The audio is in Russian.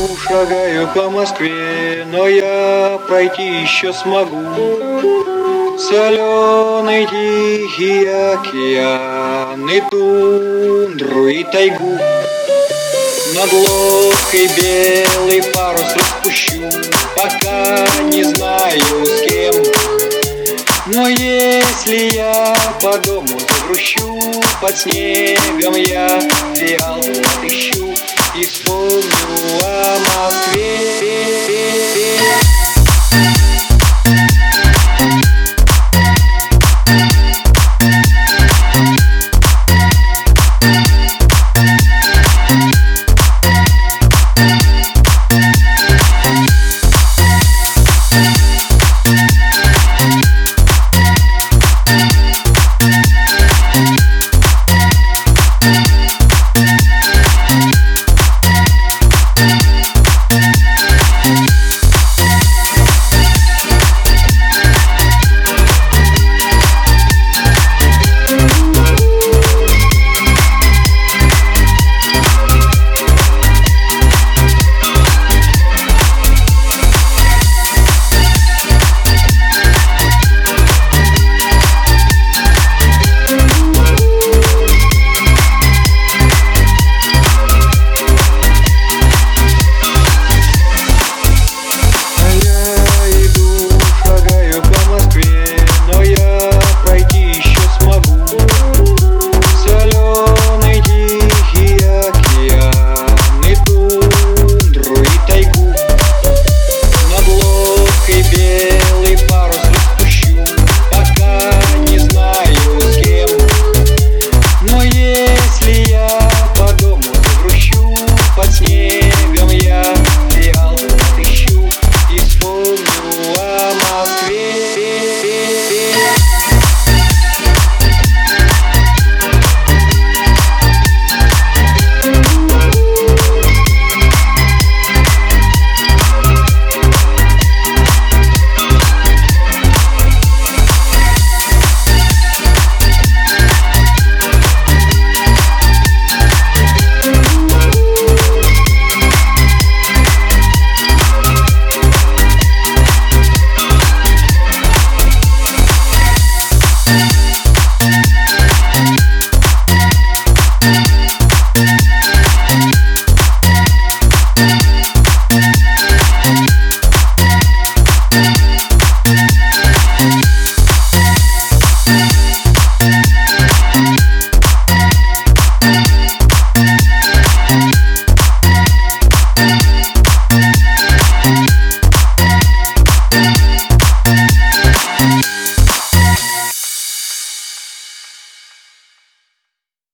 Шагаю по Москве, но я пройти еще смогу соленый тихий океан и тундру и тайгу. Над лодкой белый парус распущу, пока не знаю с кем. Но если я по дому загрущу, под снегом я фиал отыщу и вспомню о Москве.